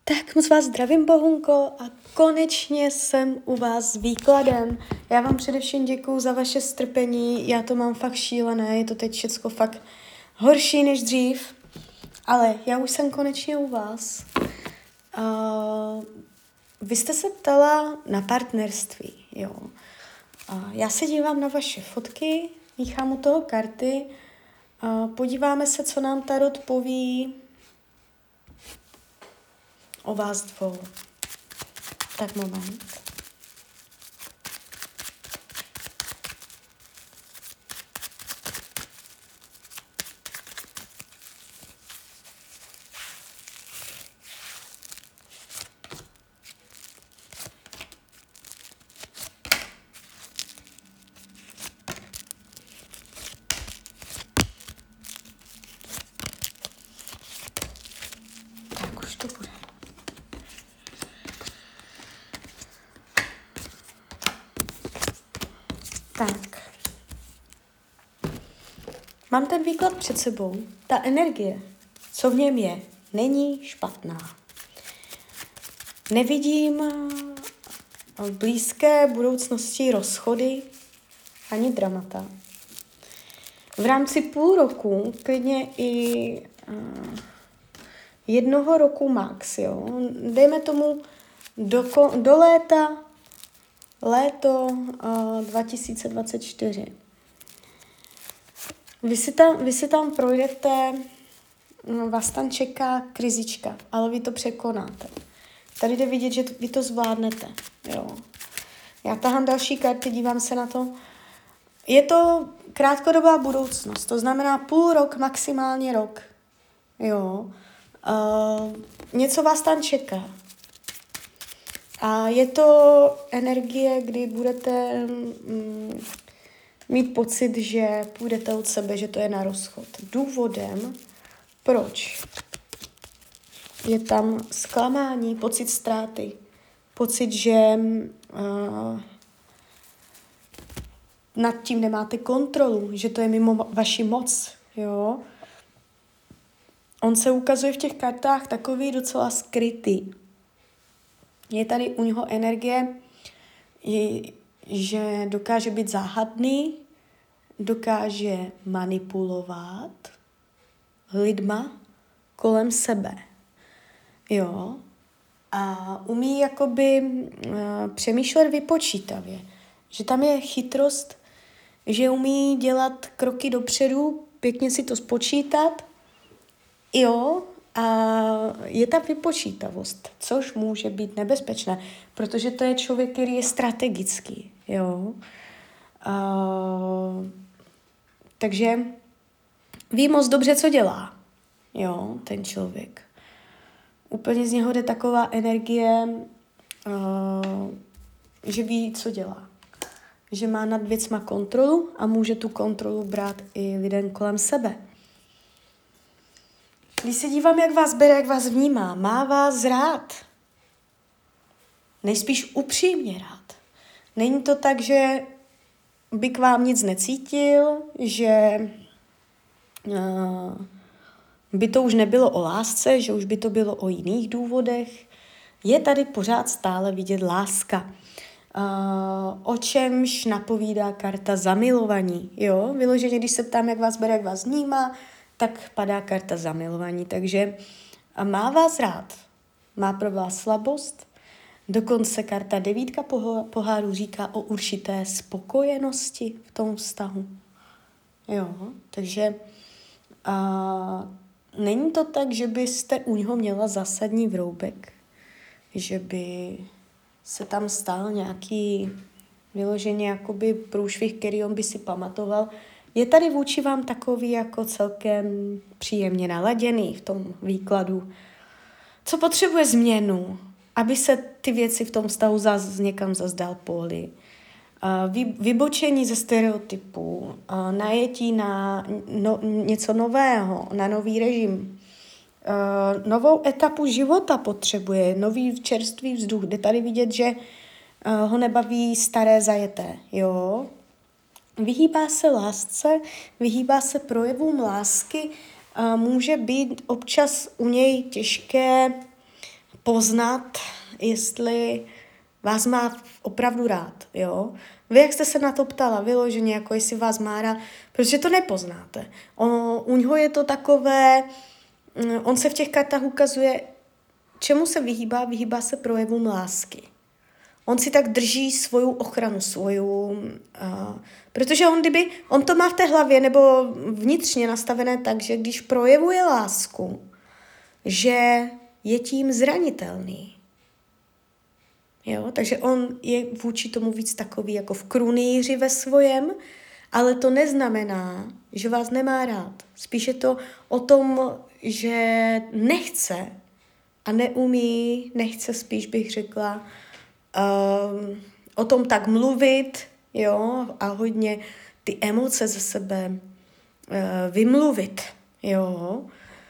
Tak moc vás zdravím, Bohunko, a konečně jsem u vás s výkladem. Já vám především děkuju za vaše strpení, já to mám fakt šílené, je to teď všecko fakt horší než dřív, ale já už jsem konečně u vás. Vy jste se ptala na partnerství, jo. Já se dívám na vaše fotky, míchám u toho karty, podíváme se, co nám tarot poví o vás dvou. Tak moment. Tak už to bude. Tak. Mám ten výklad před sebou. Ta energie, co v něm je, není špatná. Nevidím v blízké budoucnosti rozchody ani dramata. V rámci půl roku, klidně i 1 roku max, jo. Dejme tomu do léto 2024. Vy si tam projdete, vás tam čeká krizička, ale vy to překonáte. Tady jde vidět, že vy to zvládnete. Jo. Já tahám další karty, dívám se na to. Je to krátkodobá budoucnost, to znamená půl rok, maximálně rok. Jo. Něco vás tam čeká. A je to energie, kdy budete mít pocit, že půjdete od sebe, že to je na rozchod. Důvodem, proč je tam zklamání, pocit ztráty, pocit, že nad tím nemáte kontrolu, že to je mimo vaši moc, jo. On se ukazuje v těch kartách takový docela skrytý. Je tady u něho energie, že dokáže být záhadný, dokáže manipulovat lidma kolem sebe. Jo. A umí jakoby přemýšlet vypočítavě. Že tam je chytrost, že umí dělat kroky dopředu, pěkně si to spočítat. Jo. A je tam vypočítavost, což může být nebezpečné, protože to je člověk, který je strategický. Jo. Takže ví moc dobře, co dělá. Jo, ten člověk. Úplně z něho jde taková energie, že ví, co dělá. Že má nad věcma kontrolu a může tu kontrolu brát i lidem kolem sebe. Když se dívám, jak vás bere, jak vás vnímá, má vás rád. Nejspíš upřímně rád. Není to tak, že by k vám nic necítil, že by to už nebylo o lásce, že už by to bylo o jiných důvodech. Je tady pořád stále vidět láska. O čemž napovídá karta zamilovaní. Jo? Vyloženě, když se ptám, jak vás bere, jak vás vnímá, tak padá karta zamilovaní. Takže má vás rád. Má pro vás slabost. Dokonce karta 9 pohárů říká o určité spokojenosti v tom vztahu. Jo, takže není to tak, že byste u něho měla zásadní vroubek, že by se tam stal nějaký vyloženě jakoby průšvih, který on by si pamatoval. Je tady vůči vám takový jako celkem příjemně naladěný v tom výkladu. Co potřebuje změnu, aby se ty věci v tom vztahu někam dal póly. Vybočení ze stereotypů, najetí na něco nového, na nový režim. Novou etapu života potřebuje, nový čerstvý vzduch, kde tady vidět, že ho nebaví staré zajeté. Jo? Vyhýbá se lásce, vyhýbá se projevům lásky, může být občas u něj těžké poznat, jestli vás má opravdu rád, jo. Vy, jak jste se na to ptala, vyloženě, jako jestli vás má rád, protože to nepoznáte. U něho je to takové, on se v těch kartách ukazuje, čemu se vyhýbá? Vyhýbá se projevům lásky. On si tak drží svou ochranu, protože on to má v té hlavě nebo vnitřně nastavené tak, že když projevuje lásku, že je tím zranitelný. Jo? Takže on je vůči tomu víc takový jako v krunýři ve svojem, ale to neznamená, že vás nemá rád. Spíše to o tom, že nechce a nechce spíš bych řekla, o tom tak mluvit, jo, a hodně ty emoce ze sebe vymluvit, jo.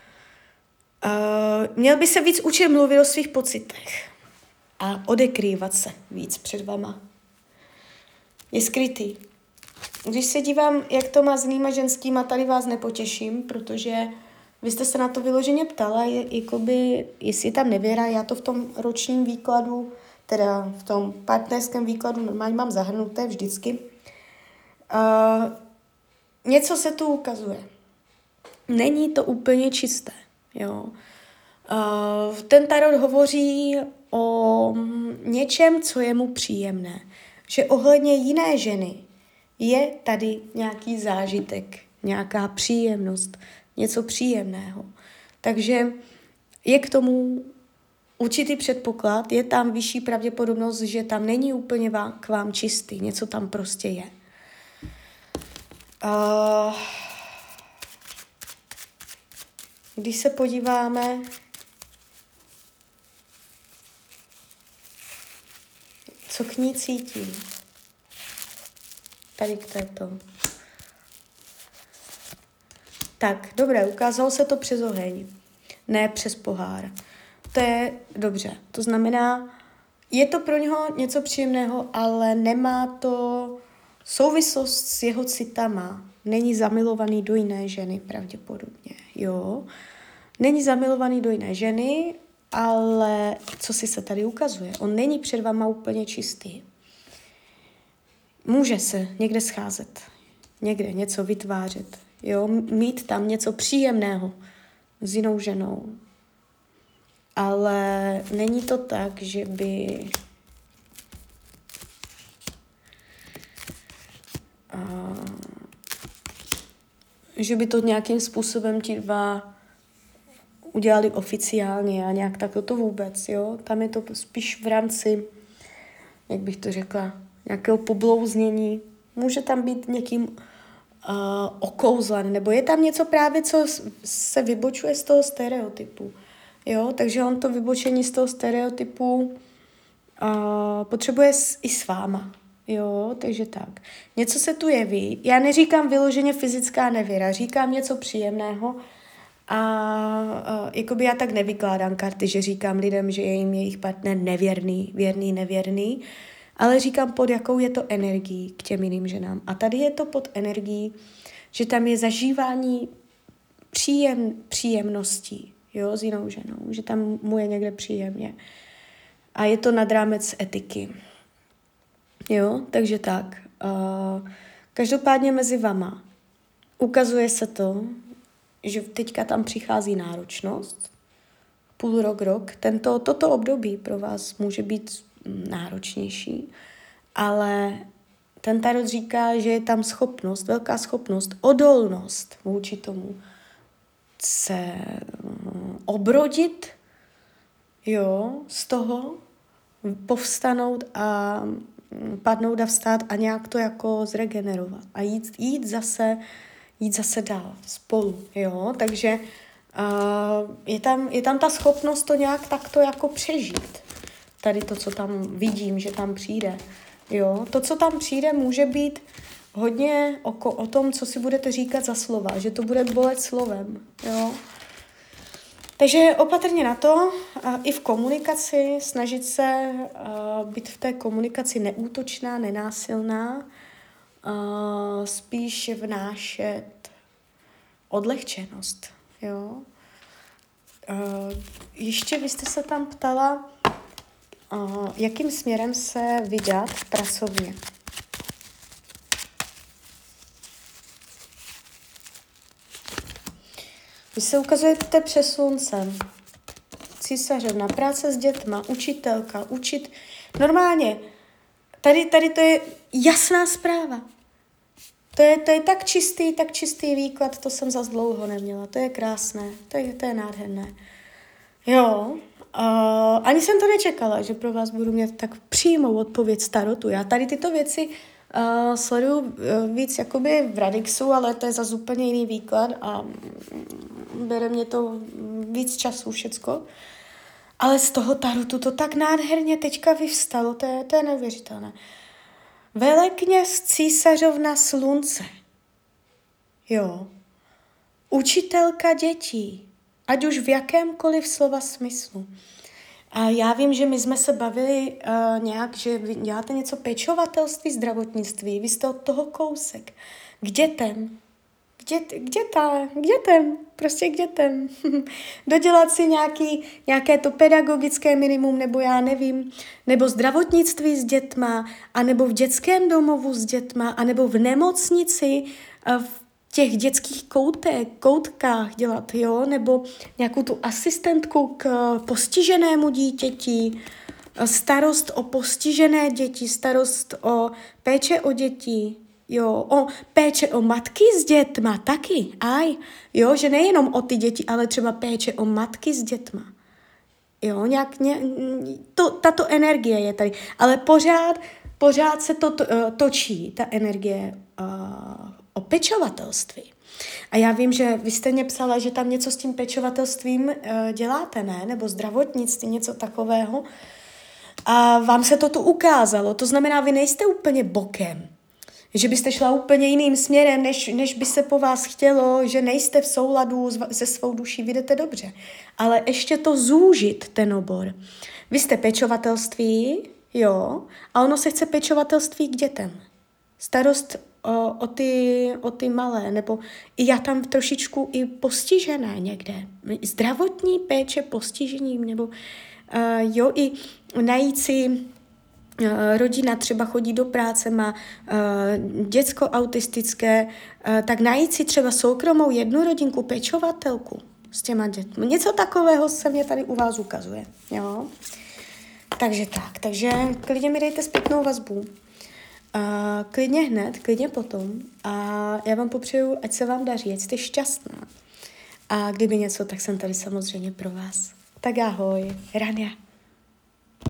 Měl by se víc učit mluvit o svých pocitech a odekrývat se víc před vama. Je skrytý. Když se dívám, jak to má s jinýma ženskýma, tady vás nepotěším, protože vy jste se na to vyloženě ptala, jestli je tam nevěra, já to v tom ročním výkladu, teda v tom partnerském výkladu normálně mám zahrnuté vždycky. Něco se tu ukazuje. Není to úplně čisté. Jo. Ten tarot hovoří o něčem, co je mu příjemné. Že ohledně jiné ženy je tady nějaký zážitek, nějaká příjemnost, něco příjemného. Takže je k tomu určitý předpoklad, je tam vyšší pravděpodobnost, že tam není úplně k vám čistý, něco tam prostě je. Když se podíváme, co k ní cítí, tady k této. Tak, dobré, ukázalo se to přes oheň, ne přes pohár. To je dobře, to znamená, je to pro něho něco příjemného, ale nemá to souvislost s jeho citama. Není zamilovaný do jiné ženy pravděpodobně, jo. Není zamilovaný do jiné ženy, ale co si se tady ukazuje? On není před váma úplně čistý. Může se někde scházet, někde něco vytvářet, jo, mít tam něco příjemného s jinou ženou. Ale není to tak, že by to nějakým způsobem ti dva udělali oficiálně a nějak tak to vůbec, jo. Tam je to spíš v rámci, jak bych to řekla, nějakého poblouznění. Může tam být někým okouzlen, nebo je tam něco právě, co se vybočuje z toho stereotypu. Jo, takže on to vybočení z toho stereotypu potřebuje i s váma. Jo, takže tak. Něco se tu jeví. Já neříkám vyloženě fyzická nevěra, říkám něco příjemného a jakoby já tak nevykládám karty, že říkám lidem, že je jim jejich partner nevěrný, věrný, nevěrný, ale říkám, pod jakou je to energií k těm jiným ženám. A tady je to pod energií, že tam je zažívání příjemností, jo, s jinou ženou, že tam mu je někde příjemně. A je to nad rámec etiky. Jo, takže tak. Každopádně mezi vama ukazuje se to, že teďka tam přichází náročnost, půl rok. Toto období pro vás může být náročnější, ale ten tarot říká, že je tam schopnost, velká schopnost, odolnost vůči tomu se obrodit, jo, z toho povstanout a padnout a vstát a nějak to jako zregenerovat a jít zase dál spolu, jo, takže je tam ta schopnost to nějak takto jako přežít. Tady to, co tam vidím, že tam přijde, jo, to, co tam přijde, může být hodně o tom, co si budete říkat za slova, že to bude bolet slovem, jo. Takže opatrně na to, i v komunikaci, snažit se být v té komunikaci neútočná, nenásilná, spíš vnášet odlehčenost, jo. Ještě vy jste se tam ptala, jakým směrem se vydat pracovně. Vy se ukazujete přes sluncem. Císařovna, práce s dětma, učitelka, Normálně, tady to je jasná zpráva. To je tak čistý výklad, to jsem zas dlouho neměla. To je krásné, to je nádherné. Jo, ani jsem to nečekala, že pro vás budu mít tak přímou odpověď z tarotu. Já tady tyto věci sleduju víc jakoby v Radixu, ale to je zase úplně jiný výklad a bere mě to víc času všecko. Ale z toho tarotu to tak nádherně teďka vyvstalo, to je neuvěřitelné. Velekněz císařovna slunce. Jo. Učitelka dětí. Ať už v jakémkoliv slova smyslu. A já vím, že my jsme se bavili nějak, že vy děláte něco pečovatelství, zdravotnictví. Vy jste od toho kousek. K dětem. K dětem. Prostě k dětem. Dodělat si nějaké to pedagogické minimum, nebo já nevím, nebo zdravotnictví s dětma, anebo v dětském domovu s dětma, anebo v nemocnici, v těch dětských koutkách dělat, jo, nebo nějakou tu asistentku k postiženému dítěti, starost o postižené děti, starost o péče o děti, jo, o péče o matky s dětma taky, jo, že nejenom o ty děti, ale třeba péče o matky s dětma. Jo, tato energie je tady, ale pořád se to točí, ta energie o pečovatelství. A já vím, že vy jste mě psala, že tam něco s tím pečovatelstvím děláte, ne? Nebo zdravotnictví, něco takového. A vám se to tu ukázalo. To znamená, vy nejste úplně bokem. Že byste šla úplně jiným směrem, než by se po vás chtělo, že nejste v souladu se svou duší, vy jdete dobře. Ale ještě to zúžit, ten obor. Vy jste pečovatelství, jo, a ono se chce pečovatelství k dětem. Starost o ty malé, nebo i já tam trošičku i postižené někde. Zdravotní péče postižením, nebo jo, i najít si rodina třeba chodí do práce, má dětsko-autistické, tak najít si třeba soukromou jednu rodinku, pečovatelku s těma dětmi. Něco takového se mě tady u vás ukazuje. Jo? Takže klidně mi dejte zpětnou vazbu. Klidně hned, klidně potom. A já vám popřeju, ať se vám daří, ať jste šťastná. A kdyby něco, tak jsem tady samozřejmě pro vás. Tak ahoj, Rania.